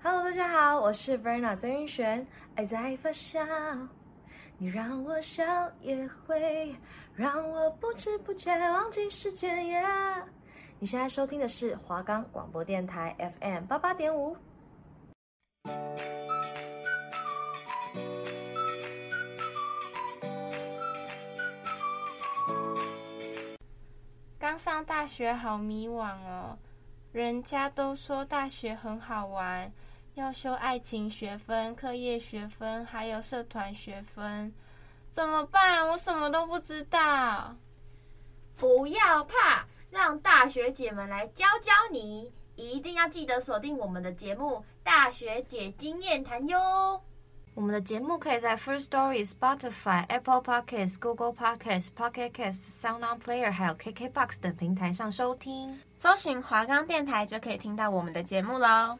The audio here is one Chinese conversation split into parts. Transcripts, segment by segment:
Hello， 大家好，我是 Verna 曾云璇。爱在发酵，你让我笑也会让我不知不觉忘记时间。你现在收听的是华冈广播电台 FM88.5。 刚上大学好迷惘哦，人家都说大学很好玩，要修爱情学分、课业学分，还有社团学分，怎么办？我什么都不知道。 不要怕，让大学姐们来教教你，一定要记得锁定我们的节目《大学姐经验谈》哟。 我们的节目可以在 First Story、Spotify、Apple Podcasts、Google Podcasts、Pocket Casts、SoundOn Player 还有 KKBox 等平台上收听。 搜寻华冈电台就可以听到我们的节目喽。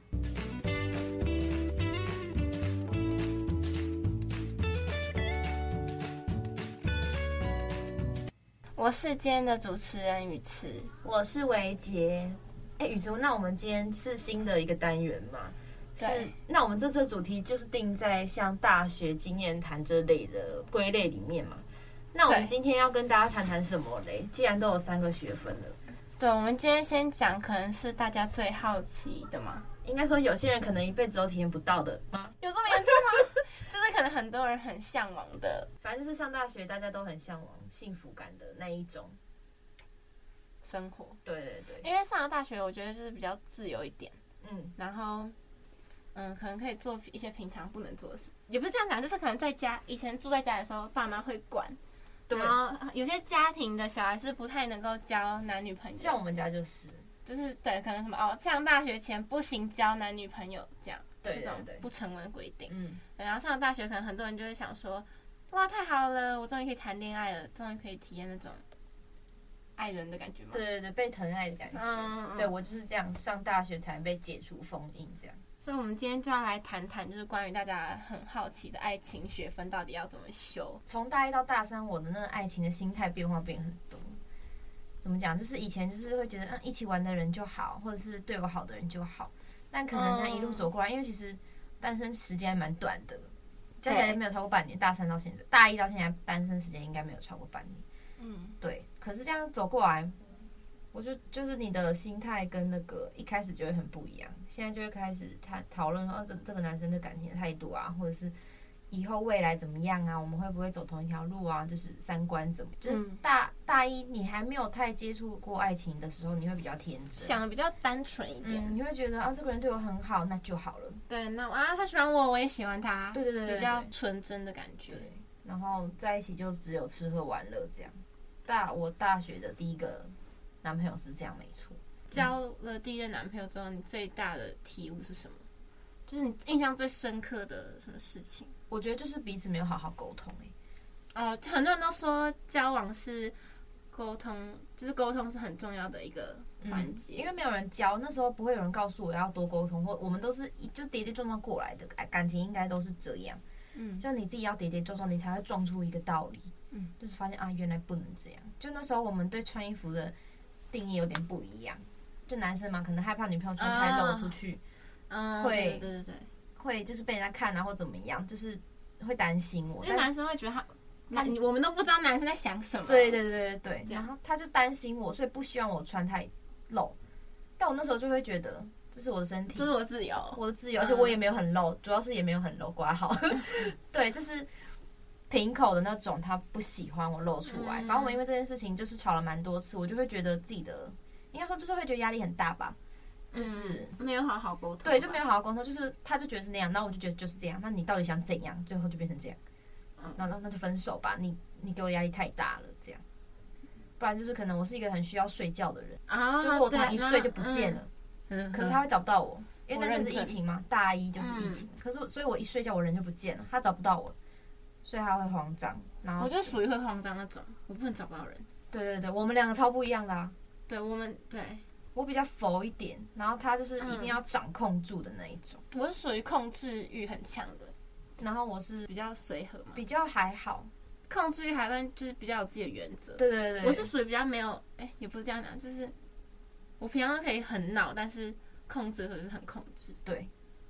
我是今天的主持人雨慈， 我是维杰。雨慈，那我们今天是新的一个单元嘛？是，那我们这次的主题就是定在像大学经验谈这类的归类里面嘛。那我们今天要跟大家谈谈什么嘞？既然都有3个学分了， 对，我们今天先讲可能是大家最好奇的嘛， 应该说有些人可能一辈子都体验不到的吗？ 有这么严重吗？就是可能很多人很向往的， 反正就是上大学大家都很向往幸福感的那一种生活。 对对对， 因为上了大学，我觉得就是比较自由一点，然后可能可以做一些平常不能做的事，也不是这样讲，就是可能在家以前住在家的时候，爸妈会管，然后有些家庭的小孩是不太能够交男女朋友， 像我们家就是对，可能什么上大学前不行交男女朋友这样， 对这种不成文规定。然后上了大学，可能很多人就会想说，哇，太好了，我终于可以谈恋爱了，终于可以体验那种爱人的感觉嘛。 对对对，被疼爱的感觉。对，我就是这样，上大学才被解除封印这样。 所以，我们今天就要来谈谈，就是关于大家很好奇的爱情学分到底要怎么修。 从大1到大3，我的那个爱情的心态变化变很多。怎么讲？就是以前就是会觉得，一起玩的人就好，或者是对我好的人就好。但可能这样一路走过来，因为其实单身时间还蛮短的，加起来没有超过半年。大3到现在，大1到现在单身时间应该没有超过半年。对。可是这样走过来，我就是你的心态跟那个一开始就会很不一样，现在就会开始讨论说，这个男生对感情的态度啊，或者是以后未来怎么样啊，我们会不会走同一条路啊，就是3观怎么，就是大一你还没有太接触过爱情的时候，你会比较天真， 想的比较单纯一点， 你会觉得这个人对我很好，那就好了。 对，那他喜欢我，我也喜欢他， 对对对对， 比较纯真的感觉。 对，然后在一起就只有吃喝玩乐这样。我大学的第一个男朋友是这样，没错。 交了第一任男朋友之后，你最大的体悟是什么？就是你印象最深刻的什么事情？ 我觉得就是彼此没有好好沟通。 很多人都说交往是沟通，就是沟通是很重要的一个环节。 因为没有人教，那时候不会有人告诉我要多沟通，或我们都是就跌跌撞撞过来的，感情应该都是这样。就你自己要跌跌撞撞，你才会撞出一个道理。就是发现原来不能这样。就那时候我们对穿衣服的定义有点不一样。就男生嘛，可能害怕女朋友穿太露出去，会对， 会就是被人家看啊或怎么样，就是会担心我。 因为男生会觉得我们都不知道男生在想什么。 对对对对，然后他就担心我，所以不希望我穿太露。但我那时候就会觉得，这是我的身体， 这是我的自由， 而且我也没有很露，主要是也没有很露，挂好。对，就是平口的那种，他不喜欢我露出来。反正我因为这件事情就是吵了蛮多次，我就会觉得自己的，应该说就是会觉得压力很大吧。就是没有好好沟通， 对，就没有好好沟通，就是他就觉得是那样，那我就觉得就是这样，那你到底想怎样？最后就变成这样，那就分手吧，你给我压力太大了，这样，不然就是可能我是一个很需要睡觉的人，就是我常常一睡就不见了，可是他会找不到我，因为那阵子疫情嘛，大一就是疫情，可是所以我一睡觉我人就不见了，他找不到我，所以他会慌张，然后我就属于会慌张那种，我不能找不到人。 对对对，我们2个超不一样的啊， 对我比较佛一点，然后他就是一定要掌控住的那一种。 我是属于控制欲很强的， 然后我是比较随和嘛， 比较还好， 控制欲还但就是比较有自己的原则。 对对对， 我是属于比较没有，也不是这样讲，就是我平常都可以很闹，但是控制的时候就是很控制。 对，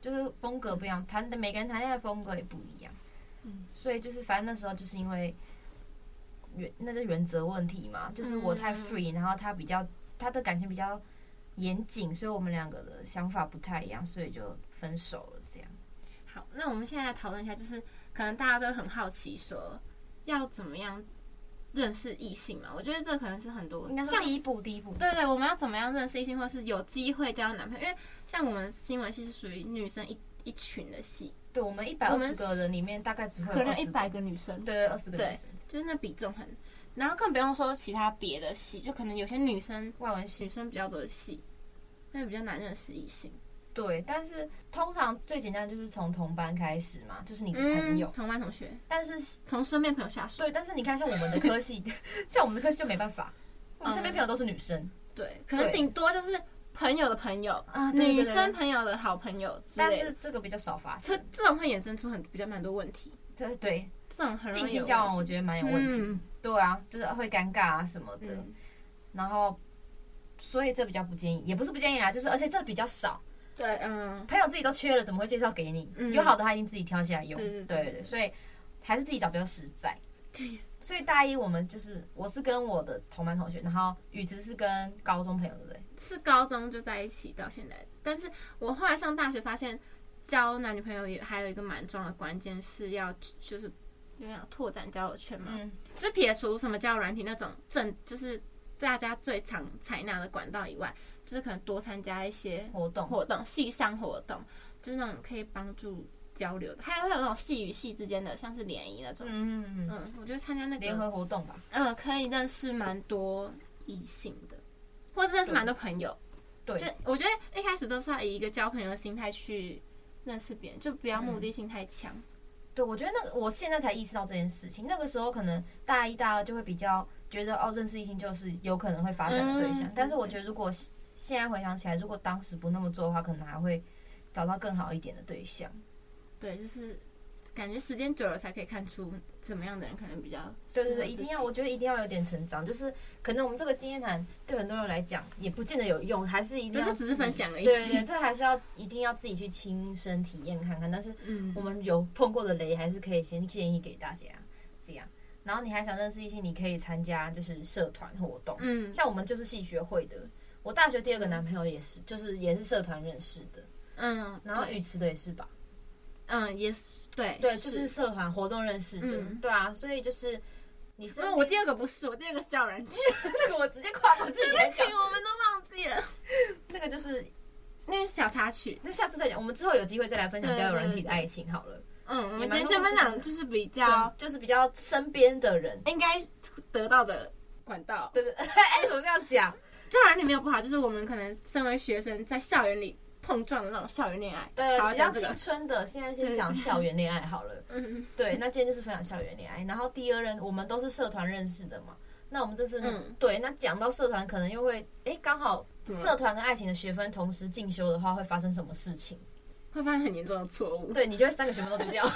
就是风格不一样，每个人谈恋爱的风格也不一样。所以就是反正那时候就是因为那是原则问题嘛，就是我太 free，然后他对感情比较严谨，所以我们两个的想法不太一样，所以就分手了这样。 好，那我们现在来讨论一下，就是可能大家都很好奇说要怎么样认识异性嘛？我觉得这可能是很多， 应该是第一步。 对，我们要怎么样认识异性，或是有机会交男朋友？因为像我们新闻系是属于女生一群的系， 对，我们120个人里面大概只会有可能100个女生， 对，20个女生， 就是那比重很。然后更不用说其他别的系，就可能有些女生外文系女生比较多的系，那比较难认识异性。 对，但是通常最简单就是从同班开始嘛，就是你的朋友、 同班同学， 但是从身边朋友下手。 对，但是你看像我们的科系，像我们的科系就没办法，我们身边朋友都是女生， 对，可能顶多就是朋友的朋友啊， 女生朋友的好朋友之类的， 但是这个比较少发生， 这种会衍生出蛮多问题。 对， 这种很容易近亲交往，我觉得蛮有问题。对啊，就是会尴尬啊什么的，然后所以这比较不建议，也不是不建议啦，就是而且这比较少。 对， 朋友自己都缺了，怎么会介绍给你？有好的他一定自己挑起来用。对，所以还是自己找比较实在。 对， 所以大一我是跟我的同班同学，然后宇慈是跟高中朋友，对不对？ 是高中就在一起到现在，但是我后来上大学发现，交男女朋友还有一个蛮重要的关键是要就是拓展交友圈嘛，就撇除什么交友软体那种就是大家最常采纳的管道以外。就是可能多参加一些活动，系上活动，就是那种可以帮助交流的，还会有那种系与系之间的，像是联谊那种。我觉得参加那个联合活动吧， 可以认识蛮多异性的，或是认识蛮多朋友。 对， 就我觉得一开始都是要以一个交朋友的心态去认识别人，就不要目的性太强。 对，我觉得我现在才意识到这件事情。那个时候可能大一、大二就会比较觉得认识异性就是有可能会发展的对象，但是我觉得如果现在回想起来，如果当时不那么做的话，可能还会找到更好一点的对象。 对，就是感觉时间久了才可以看出怎么样的人可能比较对，一定要，我觉得一定要有点成长。就是可能我们这个经验谈对很多人来讲也不见得有用，还是一定要就只是分享而已。 对，这还是一定要自己去亲身体验看看。但是我们有碰过的雷，还是可以先建议给大家这样。然后你还想认识异性，你可以参加就是社团活动，像我们就是系学会的。我大学第2个男朋友也是社团认识的，然后宇慈的也是吧， 也是对， 就是社团活动认识的，对啊，所以就是你是我第2个不是，我第2个是交友软体， 那个我直接跨过去， 对不起，我们都忘记了， 那个就是那个小插曲， 那下次再讲，我们之后有机会再来分享交友软体的爱情好了。 我们今天先分享就是比较身边的人应该得到的管道， 对，怎么这样讲？ 交友软体没有不好，就是我们可能身为学生在校园里碰撞的那种校园恋爱， 对，比较青春的。现在先讲校园恋爱好了。对，那今天就是分享校园恋爱。然后第2任我们都是社团认识的嘛，那我们这次对，那讲到社团可能又会刚好社团跟爱情的学分同时进修的话，会发生什么事情？ 会发生很严重的错误。 对，你就会3个学分都丢掉。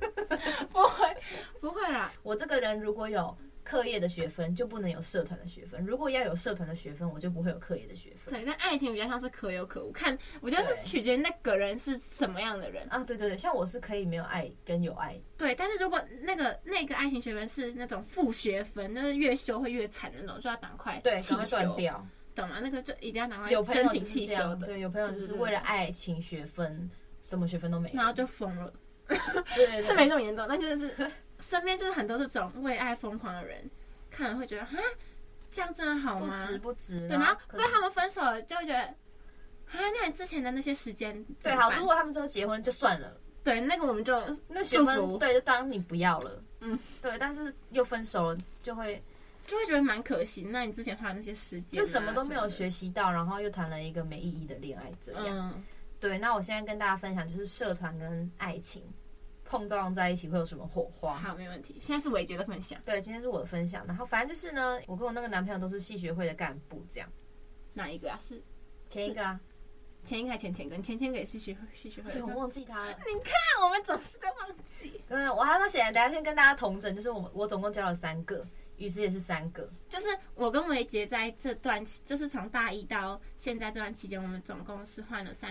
不会啦。 我这个人如果有课业的学分，就不能有社团的学分；如果要有社团的学分，我就不会有课业的学分。 对，但爱情比较像是可有可无，我觉得是取决于那个人是什么样的人啊。对，像我是可以没有爱跟有爱。 对，但是如果那个爱情学分是那种副学分，那是越修会越惨的那种，就要赶快弃修断掉，懂吗？那个就一定要赶快申请弃修的。 对，有朋友就是为了爱情学分，什么学分都没有， 然后就疯了。 对， 是没这么严重，但就是身边就是很多这种为爱疯狂的人，看了会觉得这样真的好吗？ 不值。 对，然后所以他们分手了，就会觉得那你之前的那些时间对好，如果他们之后结婚就算了。 对，那个我们就那学分对就当你不要了。对，但是又分手了，就会觉得蛮可惜。那你之前花的那些时间就什么都没有学习到，然后又谈了一个没意义的恋爱，这样。对，那我现在跟大家分享就是社团跟爱情碰撞在一起会有什么火花。 好，没问题。现在是伟杰的分享。 对，今天是我的分享。然后反正就是呢，我跟我那个男朋友都是系学会的干部，这样。 哪一个啊？是前一个啊？ 前一个还前个？前个也是系学会。 对，我忘记他了。 你看，我们总是在忘记。 我还要写，等一下先跟大家统整，就是我总共交了3个。宇慈也是3个， 就是我跟维杰在这段，就是从大一到现在这段期间，我们总共是换了3任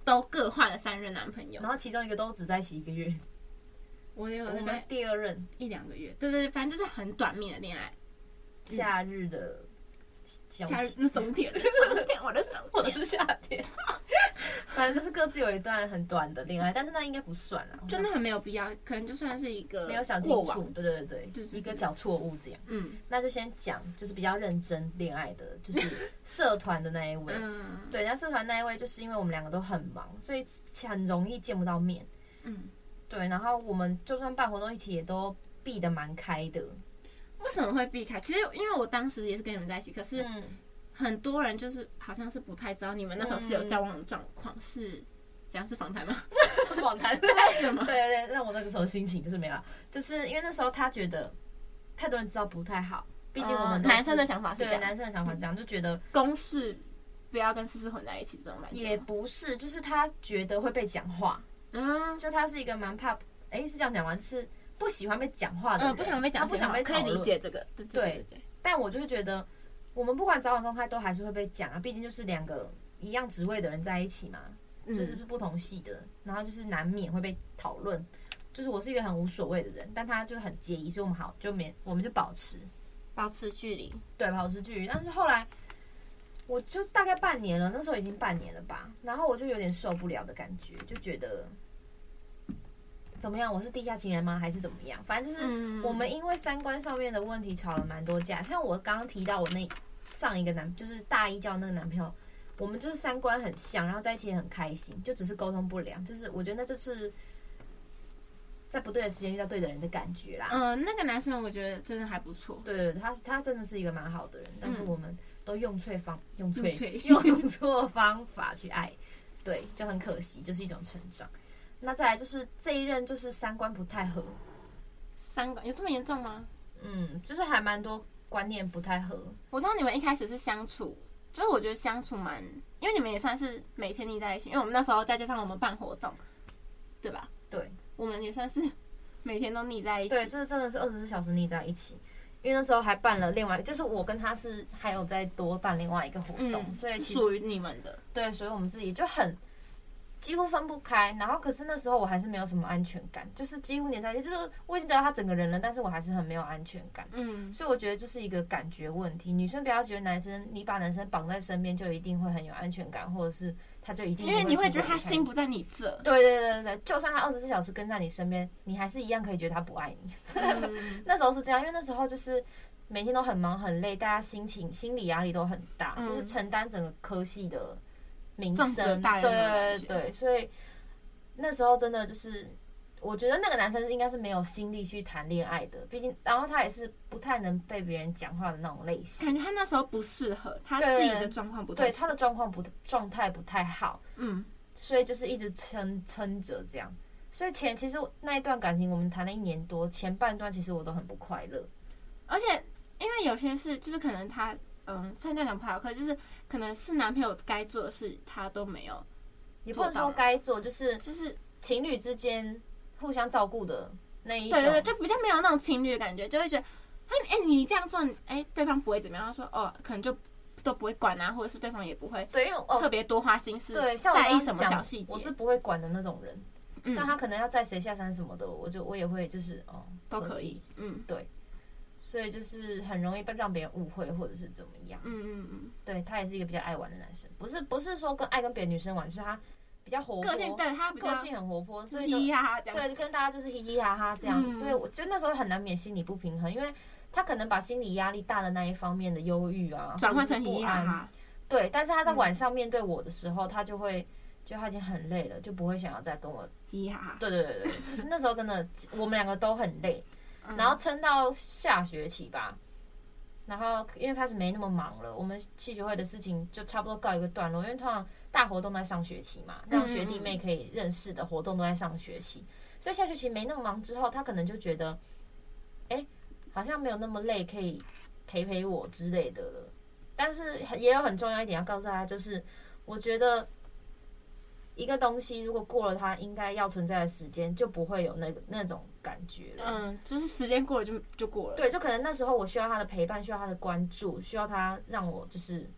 都各换了3任男朋友， 然后其中一个都只在一起1个月。 我们第2任 1-2个月，对，反正就是很短命的恋爱。 夏日的夏日那冬天，我的是夏天。 反正就是各自有一段很短的恋爱，但是那应该不算啦， 真的很没有必要，可能就算是一个没有想清楚，对，一个小错误这样。那就先讲就是比较认真恋爱的，就是社团的那一位。对，那社团那一位就是因为我们2个都很忙，所以很容易见不到面。对，然后我们就算办活动一起，也都避得蛮开的。 为什么会避开？其实因为我当时也是跟你们在一起，可是很多人就是好像是不太知道你们那时候是有交往的状况，是怎样？是访谈吗？ 访谈是为什么？ 对，那我那个时候心情就是没了，就是因为那时候他觉得太多人知道不太好，毕竟我们都是男生的想法是这样， 对，男生的想法是这样，就觉得公事不要跟私事混在一起这种感觉。 也不是，就是他觉得会被讲话，就他是一个蛮怕，是这样讲吗？就是不喜欢被讲话的人， 不想被讲， 他不想被讨论， 可以理解这个，对。 但我就会觉得，我们不管早晚公开都还是会被讲啊，毕竟就是2个一样职位的人在一起嘛，就是不同系的，然后就是难免会被讨论。就是我是一个很无所谓的人，但他就很介意，所以我们就保持距离， 对，保持距离。但是后来我就大概半年了，那时候已经半年了吧，然后我就有点受不了的感觉，就觉得。怎么样？我是地下情人吗？还是怎么样？反正就是我们因为3观上面的问题吵了蛮多架。像我刚刚提到我那上一个就是大一交那个男朋友，我们就是3观很像，然后在一起也很开心，就只是沟通不良。就是我觉得那就是在不对的时间遇到对的人的感觉啦。 那个男生我觉得真的还不错。 对，他真的是一个蛮好的人，但是我们都用错方法去爱，对，就很可惜，就是一种成长。那再来就是这一任就是3观不太合 ，3观有这么严重吗？ 就是还蛮多观念不太合。 我知道你们一开始是相处，就是我觉得相处蛮，因为你们也算是每天腻在一起，因为我们那时候再加上我们办活动，对吧？ 对， 我们也算是每天都腻在一起。 对，这真的是24小时腻在一起。因为那时候还办了另外，就是我跟他是还有再多办另外一个活动，所以是属于你们的。 对，所以我们自己就很。几乎分不开，然后可是那时候我还是没有什么安全感，就是几乎黏在一起，就是我已经得到他整个人了，但是我还是很没有安全感。所以我觉得这是一个感觉问题。女生不要觉得男生你把男生绑在身边就一定会很有安全感，或者是他就一定因为你会觉得他心不在你这。 对，就算他24小时跟在你身边，你还是一样可以觉得他不爱你。那时候是这样，因为那时候就是每天都很忙很累，大家心理压力都很大，就是承担整个科系的。名声，对，所以那时候真的就是，我觉得那个男生应该是没有心力去谈恋爱的，毕竟，然后他也是不太能被别人讲话的那种类型， 感觉他那时候不适合，他自己的状况不太， 对，他的状态不太好，所以就是一直撑着这样，所以其实那一段感情我们谈了1年多，前半段其实我都很不快乐， 而且因为有些事就是可能他。虽然这样讲不好，可是就是可能是男朋友该做的事，他都没有， 也不能说该做，就是情侣之间互相照顾的那一种， 对，就比较没有那种情侣的感觉，就会觉得，你这样做，对方不会怎么样，他说可能就都不会管啊，或者是对方也不会， 对，因为特别多花心思， 对，像我在意什么小细节， 我是不会管的那种人，像他可能要载谁下山什么的，我也会就是都可以， 对。所以就是很容易让别人误会或者是怎么样。对，他也是一个比较爱玩的男生，不是说爱跟别的女生玩，是他比较活泼， 个性对他比较个性很活泼，所以嘻嘻哈哈这样。 对，跟大家就是嘻嘻哈哈这样。所以我就那时候很难免心理不平衡，因为他可能把心理压力大的那一方面的忧郁啊， 转换成嘻嘻哈哈。 对，但是他在晚上面对我的时候，他就会。就他已经很累了，就不会想要再跟我嘻嘻哈哈。 对，就是那时候真的，我们2个都很累。然后撑到下学期吧，然后因为开始没那么忙了，我们系学会的事情就差不多告一个段落，因为通常大活动都在上学期嘛，让学弟妹可以认识的活动都在上学期，所以下学期没那么忙之后，他可能就觉得，好像没有那么累，可以陪我之类的了。但是也有很重要一点要告诉大家，就是我觉得。一个东西如果过了它应该要存在的时间，就不会有那种感觉了。 就是时间过了就过了。 对，就可能那时候我需要他的陪伴，需要他的关注，需要他让我就是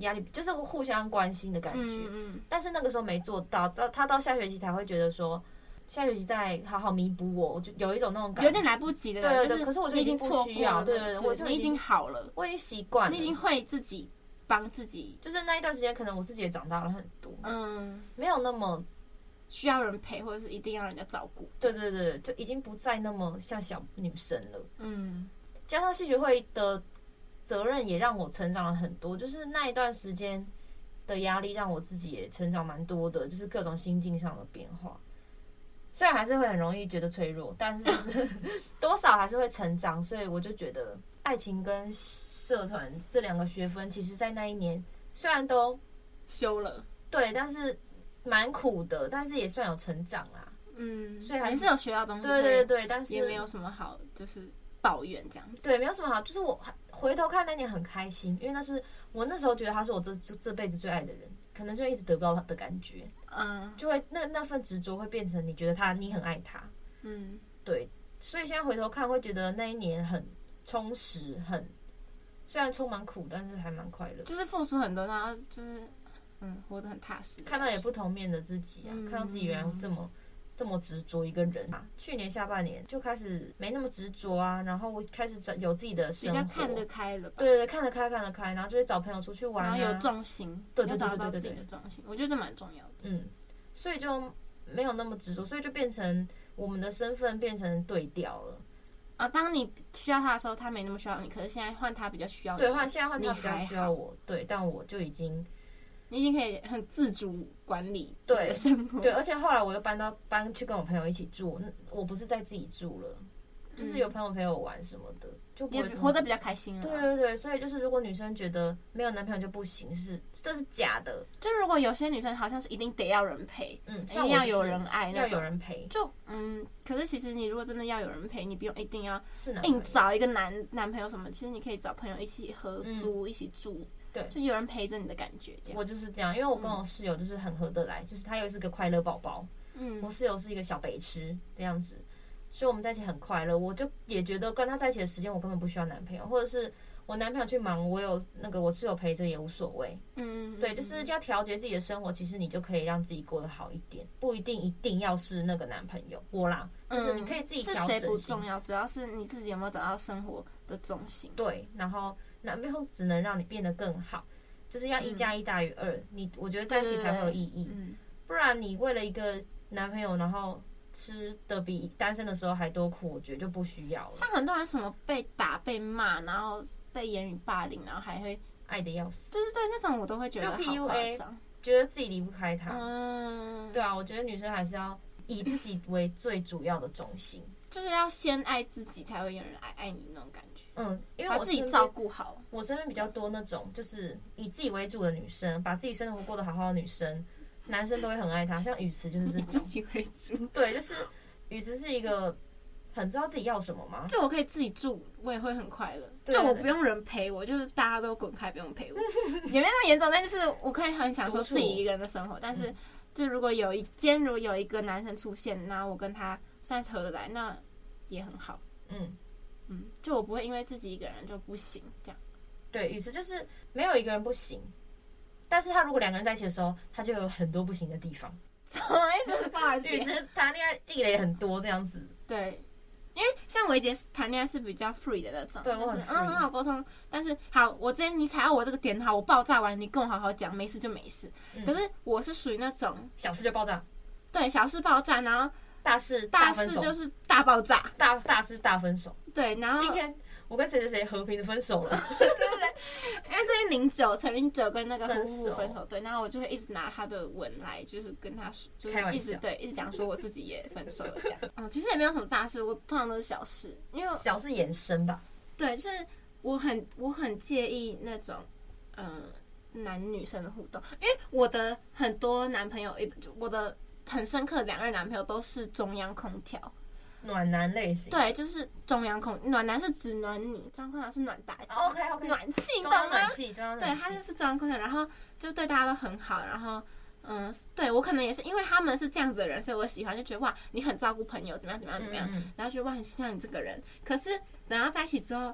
压力，就是互相关心的感觉。但是那个时候没做到，他到下学期才会觉得说，下学期再好好弥补我，就有一种那种感觉， 有点来不及的感觉。 对，可是我就已经不需要，对，我你已经好了， 我已经习惯了， 你已经会自己帮自己， 就是那一段时间，可能我自己也长大了很多，没有那么需要人陪，或者是一定要人家照顾。 对，就已经不再那么像小女生了。加上戏剧会的责任也让我成长了很多，就是那一段时间的压力让我自己也成长蛮多的，就是各种心境上的变化。虽然还是会很容易觉得脆弱，但是就是多少还是会成长，所以我就觉得爱情跟社团这2个学分，其实在那一年虽然都修了， 对，但是蛮苦的，但是也算有成长啦。所以还是有学到东西。 对，但是也没有什么好就是抱怨这样子。 对，没有什么好，就是我回头看那年很开心，因为我那时候觉得他是我这辈子最爱的人，可能就一直得不到他的感觉，就会那份执着会变成你觉得你很爱他，对，所以现在回头看会觉得那一年很充实，虽然充满苦，但是还蛮快乐， 就是付出很多，然后就是活得很踏实， 看到也不同面的自己啊，看到自己原来这么执着一个人啊。去年下半年就开始没那么执着啊，然后我开始有自己的生活， 比较看得开了吧？ 对，看得开，然后就会找朋友出去玩， 然后有重心， 对， 找到自己的重心，我觉得这蛮重要的。 所以就没有那么执着，所以就变成我们的身份变成对调了。 当你需要他的时候，他没那么需要你，可是现在换他比较需要你。 对，现在换他比较需要我，对，但我就已经可以很自主管理自己的生活。 对，而且后来我又搬去跟我朋友一起住，我不是在自己住了，就是有朋友陪我玩什么的，就不会也活得比较开心了。 对，所以就是如果女生觉得没有男朋友就不行，这是假的。 就如果有些女生好像是一定得要人陪，一定要有人爱那种， 要有人陪。 可是其实你如果真的要有人陪，你不用一定要硬找一个男朋友什么，其实你可以找朋友一起合租，一起住。对，就有人陪着你的感觉，这样。 我就是这样，因为我跟我室友就是很合得来，就是他又是个快乐宝宝，我室友是一个小北痴这样子，所以我们在一起很快乐。我就也觉得跟他在一起的时间，我根本不需要男朋友，或者是我男朋友去忙，我有我室友陪着也无所谓。对，就是要调节自己的生活，其实你就可以让自己过得好一点，不一定要是那个男朋友。我啦，就是你可以自己调整。 是谁不重要，主要是你自己有没有找到生活的重心。 对，然后男朋友只能让你变得更好，就是要1+1大于2，我觉得在一起才会有意义。不然你为了一个男朋友，然后吃的比单身的时候还多苦，我觉得就不需要了。 像很多人什么被打、被骂，然后被言语霸凌，然后还会爱得要死， 就是对那种我都会觉得好夸张， 觉得自己离不开他。对啊，我觉得女生还是要以自己为最主要的中心， 就是要先爱自己，才会有人爱你那种感觉。 因为把自己照顾好。 我身边比较多那种就是以自己为主的女生，把自己生活过得好好的女生，男生都会很爱她。像雨慈就是这种。 以自己为主。对， 就是雨慈是一个很知道自己要什么吗？ 就我可以自己住，我也会很快乐。就我不用人陪我，就是大家都滚开，不用陪我。也没那么严重，但就是我可以很享受自己一个人的生活。但是，就如果有一个男生出现，那我跟他算是合得来，那也很好。就我不会因为自己一个人就不行这样。 对，雨慈就是没有一个人不行，但是他如果2个人在一起的时候，他就有很多不行的地方。 什么意思？不好意思， 雨慈谈恋爱地雷很多这样子。 对。因为像维杰谈恋爱是比较 free 的那种， 对，我很好沟通。但是好，我今天你踩到我这个点，好，我爆炸完，你跟我好好讲，没事就没事。可是我是属于那种小事就爆炸， 对，小事爆炸，然后大事就是大爆炸， 大事大分手。 对，然后今天我跟谁谁谁和平的分手了， 对，因为最近陈零九跟那个夫妇分手，对，然后我就会一直拿他的文来，就是跟他说，就是一直讲说我自己也分手了这样。其实也没有什么大事，我通常都是小事，因为小事延伸吧。 对，就是我很介意那种男女生的互动，因为我的很多男朋友，我的很深刻的2任男朋友都是中央空调。 暖男类型， 对，就是中央空暖男是指暖你，中央空调是暖大家。 OK， 暖气， 中央暖气， 对，他就是中央空调，然后就对大家都很好，然后对我可能也是因为他们是这样子的人，所以我喜欢，就觉得哇，你很照顾朋友，怎么样，然后觉得哇，很欣赏你这个人。可是等到在一起之后，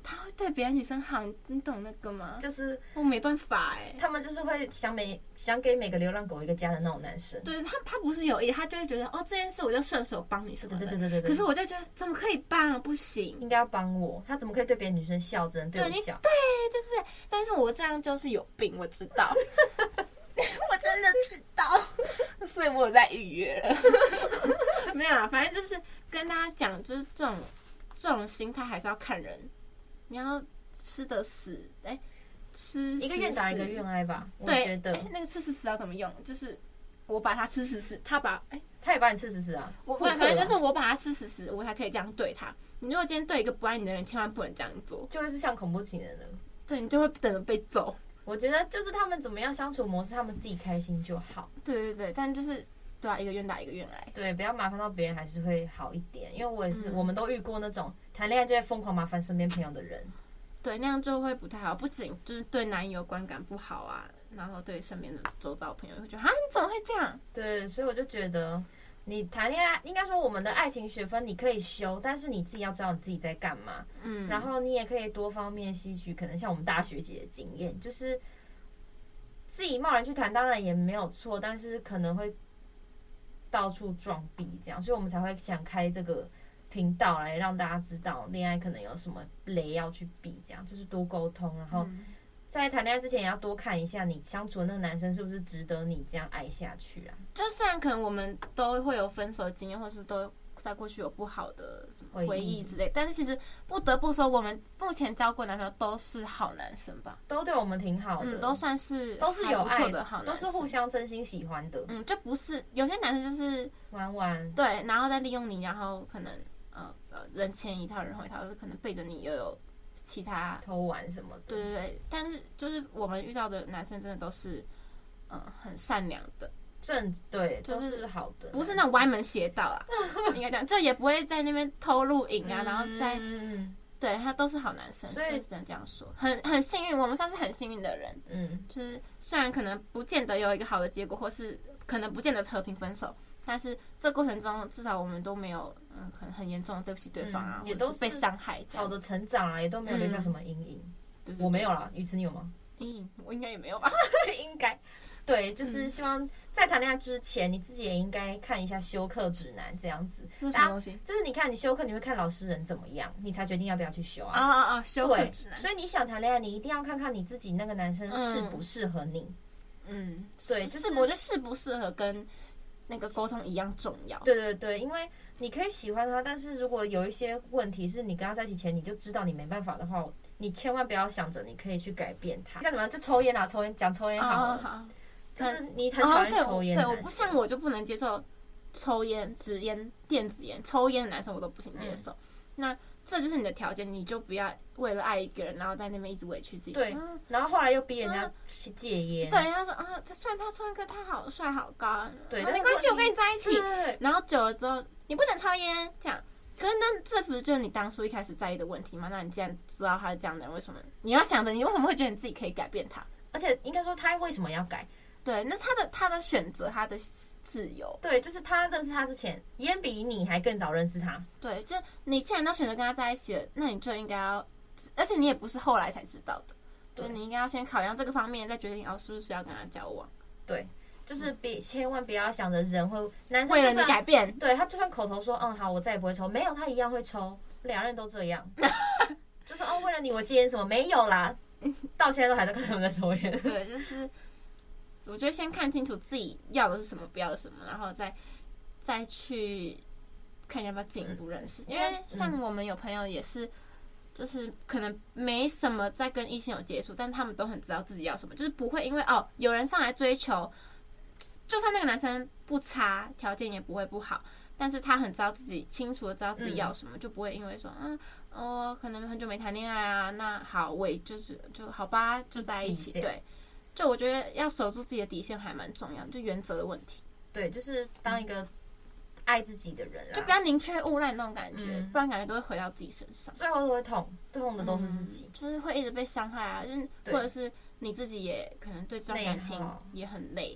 他会对别的女生好，你懂那个吗？ 就是我没办法他们就是会想给每个流浪狗一个家的那种男生。 对他不是有意，他就会觉得这件事我就顺手帮你什么的。 对。 可是我就觉得怎么可以帮啊？不行， 应该要帮我。他怎么可以对别的女生笑，只能对我笑？ 对，就是。但是我这样就是有病，我知道。我真的知道，所以我有在预约了。没有啊，反正就是跟大家讲，就是这种心态还是要看人。你要吃得死，吃一个愿打一个愿挨吧。我觉得那个吃死死要怎么用？就是我把他吃死死，他也把你吃死死啊。 反正就是我把他吃死死，我才可以这样对他。你如果今天对一个不爱你的人，千万不能这样做， 就会是像恐怖情人了。 对，你就会等着被揍。 我觉得就是他们怎么样相处模式，他们自己开心就好。 对，但就是对啊，一个愿打一个愿挨。 对，不要麻烦到别人，还是会好一点。因为我也是，我们都遇过那种谈恋爱就会疯狂麻烦身边朋友的人。 对，那样就会不太好，不仅就是对男友观感不好啊，然后对身边的周遭朋友会觉得你怎么会这样？ 对，所以我就觉得你谈恋爱，应该说我们的爱情学分你可以修，但是你自己要知道你自己在干嘛。然后你也可以多方面吸取，可能像我们大学姐的经验，就是自己贸然去谈，当然也没有错，但是可能会到处撞壁这样，所以我们才会想开这个频道来让大家知道恋爱可能有什么雷要去避，这样就是多沟通，然后在谈恋爱之前也要多看一下你相处的那个男生是不是值得你这样爱下去啊。 就虽然可能我们都会有分手的经验，或是都在过去有不好的什么回忆之类，但是其实不得不说，我们目前交过男朋友都是好男生吧， 都对我们挺好的， 都算是都是有爱的好男生， 都是互相真心喜欢的。 就不是有些男生就是玩， 对，然后再利用你，然后可能人前一套人后一套，就是可能背着你又有其他偷玩什么的。 对，但是就是我们遇到的男生真的都是很善良的。 对， 就是好的， 不是那种歪门邪道啊，应该讲，就也不会在那边偷录影啊，然后再，对他都是好男生，所以只能这样说，很幸运，我们算是很幸运的人，就是虽然可能不见得有一个好的结果，或是可能不见得和平分手，但是这过程中至少我们都没有可能很严重的对不起对方啊， 也都是被伤害， 好的成长啊，也都没有留下什么阴影。我没有啦，于此你有吗？ 阴影我应该也没有吧， 应该。对，就是希望在谈恋爱之前，你自己也应该看一下修课指南，这样子。 是什么东西？ 就是你看你修课，你会看老师人怎么样，你才决定要不要去修啊。 修课指南。 所以你想谈恋爱，你一定要看看你自己那个男生适不适合你。对，就是我觉得适不适合跟那个沟通一样重要。 对，因为你可以喜欢他，但是如果有一些问题是你跟他在一起前你就知道你没办法的话，你千万不要想着你可以去改变他。那怎么样？就抽烟啊，讲抽烟好了。好。就是你很讨厌抽烟的男生， 对，我不像我就不能接受抽烟、纸烟、电子烟，抽烟的男生我都不行接受。那这就是你的条件，你就不要为了爱一个人，然后在那边一直委屈自己。 对，然后后来又逼人家戒烟。 对，他说虽然他抽烟，可他好帅好高， 对， 没关系，我跟你在一起。 对。 然后久了之后，你不准抽烟，这样。可是那这不是就是你当初一开始在意的问题吗？那你既然知道他是这样的人，为什么你要想着你为什么会觉得你自己可以改变他？ 而且应该说他为什么要改？ 对，那是他的选择，他的自由。 对，就是他认识他之前，烟比你还更早认识他。 对，就你既然都选择跟他在一起了，那你就应该要，而且你也不是后来才知道的，就你应该要先考量这个方面，再决定是不是要跟他交往。 对，就是千万不要想着人会男生为了你改变， 对他就算口头说好，我再也不会抽，没有他一样会抽，两人都这样，就说为了你我戒烟什么没有啦，到现在都还在看他们在抽烟。 对，就是。我觉得先看清楚自己要的是什么，不要的什么，然后再去看要不要进一步认识。因为像我们有朋友也是，就是可能没什么在跟异性有接触，但他们都很知道自己要什么，就是不会因为有人上来追求，就算那个男生不差，条件也不会不好，但是他很知道自己清楚的知道自己要什么，就不会因为说可能很久没谈恋爱啊，那好，我也就好吧，就在一起，对。就我觉得要守住自己的底线还蛮重要的，就原则的问题。 对，就是当一个爱自己的人啦， 就不要宁缺毋滥那种感觉，不然感觉都会回到自己身上， 最后都会痛，痛的都是自己， 就是会一直被伤害啊，就是或者是你自己也可能对这段感情也很累。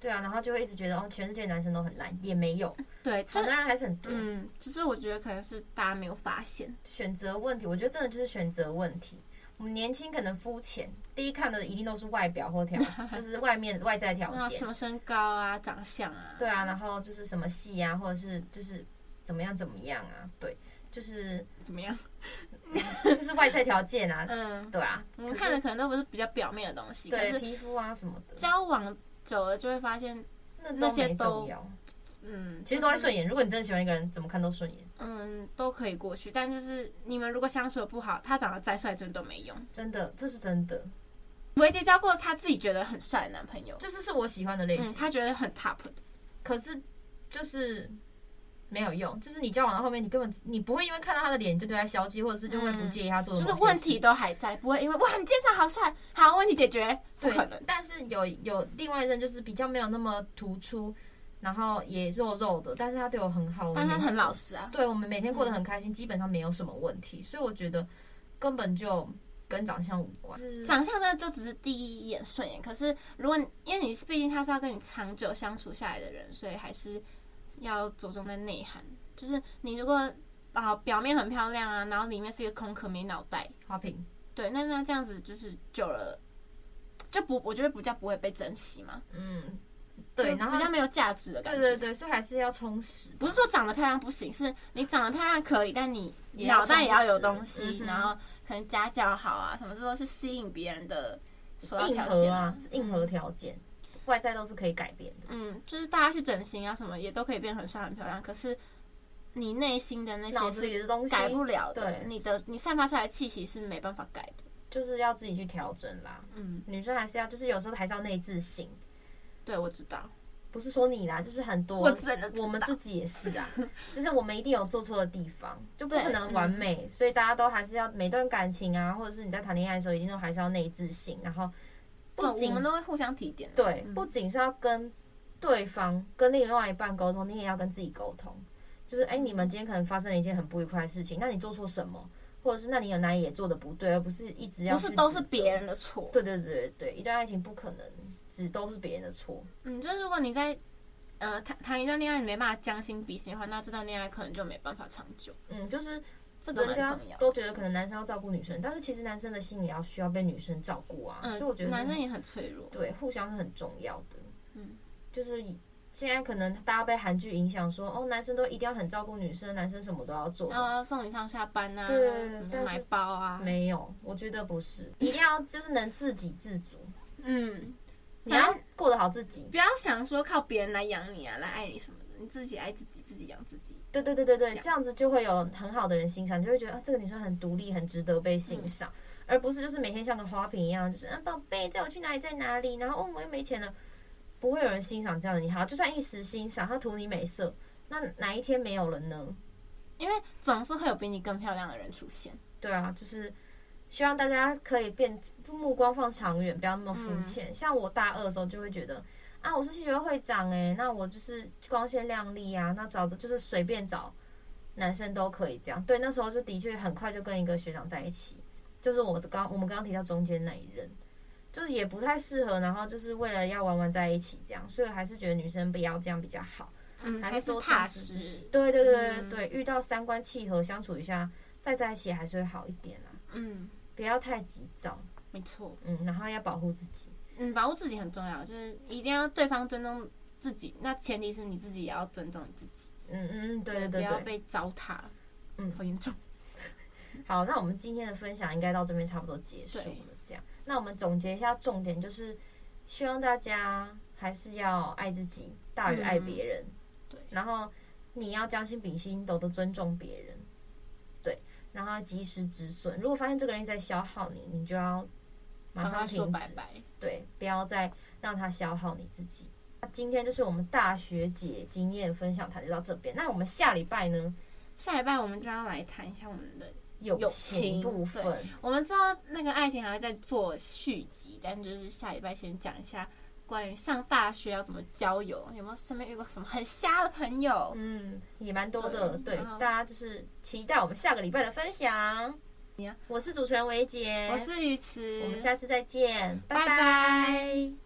对啊，然后就会一直觉得全世界男生都很烂，也没有， 对， 好男人还是很多。 只是我觉得可能是大家没有发现选择问题，我觉得真的就是选择问题。我们年轻可能肤浅，第一看的一定都是外表或就是外在条件， 什么身高啊、长相啊， 对啊，然后就是什么系啊，或者是就是怎么样啊，对，就是怎么样， 就是外在条件啊，对啊， 我们看的可能都不是比较表面的东西， 对，皮肤啊什么的， 交往久了就会发现那些都其实都会顺眼。如果你真的喜欢一个人，怎么看都顺眼。 都可以过去。但就是你们如果相处的不好，他长得再帅，真的都没用。 真的，这是真的。 维杰交过他自己觉得很帅的男朋友， 就是我喜欢的类型， 他觉得很 top 的。 可是就是没有用，就是你交往到后面，你不会因为看到他的脸就对他消极，或者是就会不介意他做的某些事， 就是问题都还在，不会因为哇你今天长好帅，好问题解决，不可能。 但是有另外一任就是比较没有那么突出。然后也肉肉的，但是他对我很好， 但他很老实啊。 对，我们每天过得很开心，基本上没有什么问题，所以我觉得根本就跟长相无关。 长相真的就只是第一眼顺眼，可是如果因为你毕竟他是要跟你长久相处下来的人，所以还是要着重在内涵。就是你如果表面很漂亮啊，然后里面是一个空壳没脑袋花瓶， 对，那这样子就是久了我觉得比较不会被珍惜嘛。 对，然后比较没有价值的感觉。 对，所以还是要充实。 不是说长得漂亮不行，是你长得漂亮可以，但你脑袋也要有东西，然后可能家教好啊，什么这都是吸引别人的硬核啊，硬核条件，外在都是可以改变的。 就是大家去整形啊什么也都可以变很帅很漂亮，可是你内心的那些脑子里的东西改不了的， 对， 你散发出来的气息是没办法改的， 就是要自己去调整啦。女生还是要，就是有时候还是要内自省。 对，我知道， 不是说你啦，就是很多我们自己也是啊，就是我们一定有做错的地方，就不可能完美，所以大家都还是要每段感情啊，或者是你在谈恋爱的时候，一定都还是要内自省，然后我们都会互相提点。 对，不仅是要跟对方、跟另外一半沟通，你也要跟自己沟通。就是你们今天可能发生了一件很不愉快的事情，那你做错什么，或者是那你有哪里也做的不对，而不是一直要去都是别人的错。 对，一段爱情不可能只都是别人的错。 就是如果你在谈一段恋爱你没办法将心比心的话，那这段恋爱可能就没办法长久。 就是这个蛮重要。 都觉得可能男生要照顾女生，但是其实男生的心也需要被女生照顾啊。所以我觉得男生也很脆弱。 对，互相是很重要的。就是现在可能大家被韩剧影响说，男生都一定要很照顾女生，男生什么都要做， 送你上下班啊， 对， 什么买包啊， 没有，我觉得不是，一定要就是能自给自足。你要过得好自己， 不要想说靠别人来养你啊，来爱你什么的，你自己爱自己，自己养自己。 对，这样子就会有很好的人欣赏，你就会觉得这个女生很独立，很值得被欣赏，而不是就是每天像个花瓶一样，就是宝贝载我去哪里在哪里，然后我又没钱了，不会有人欣赏这样的你。好，就算一时欣赏，他图你美色，那哪一天没有了呢？ 因为总是会有比你更漂亮的人出现。 对啊，就是希望大家可以目光放长远，不要那么肤浅。像我大二的时候就会觉得我是系学会会长那我就是光鲜亮丽啊，那找的就是随便找男生都可以这样。对，那时候就的确很快就跟一个学长在一起，就是我们刚刚提到中间那一任，就是也不太适合，然后就是为了要玩在一起这样，所以还是觉得女生不要这样比较好， 还是多踏实自己。 对，遇到三观契合，相处一下再在一起还是会好一点啦。不要太急躁， 没错。 然后要保护自己。 保护自己很重要，就是一定要对方尊重自己，那前提是你自己也要尊重你自己。 对， 不要被糟蹋。好严重。 好，那我们今天的分享应该到这边差不多结束了。这样，那我们总结一下重点，就是希望大家还是要爱自己大于爱别人。 对， 然后你要将心比心，懂得尊重别人。对，然后及时止损。如果发现这个人在消耗你，你就要马上停止。 拜拜。 对，不要再让他消耗你自己。那今天就是我们大学姐经验分享谈就到这边。那我们下礼拜呢？ 下礼拜我们就要来谈一下我们的友情部分。 我们知道那个爱情还会再做续集，但就是下礼拜先讲一下关于上大学要怎么交友，有没有身边遇过什么很瞎的朋友？ 也蛮多的。对，大家就是期待我们下个礼拜的分享。我是主持人维杰， 我是鱼慈， 我们下次再见，拜拜。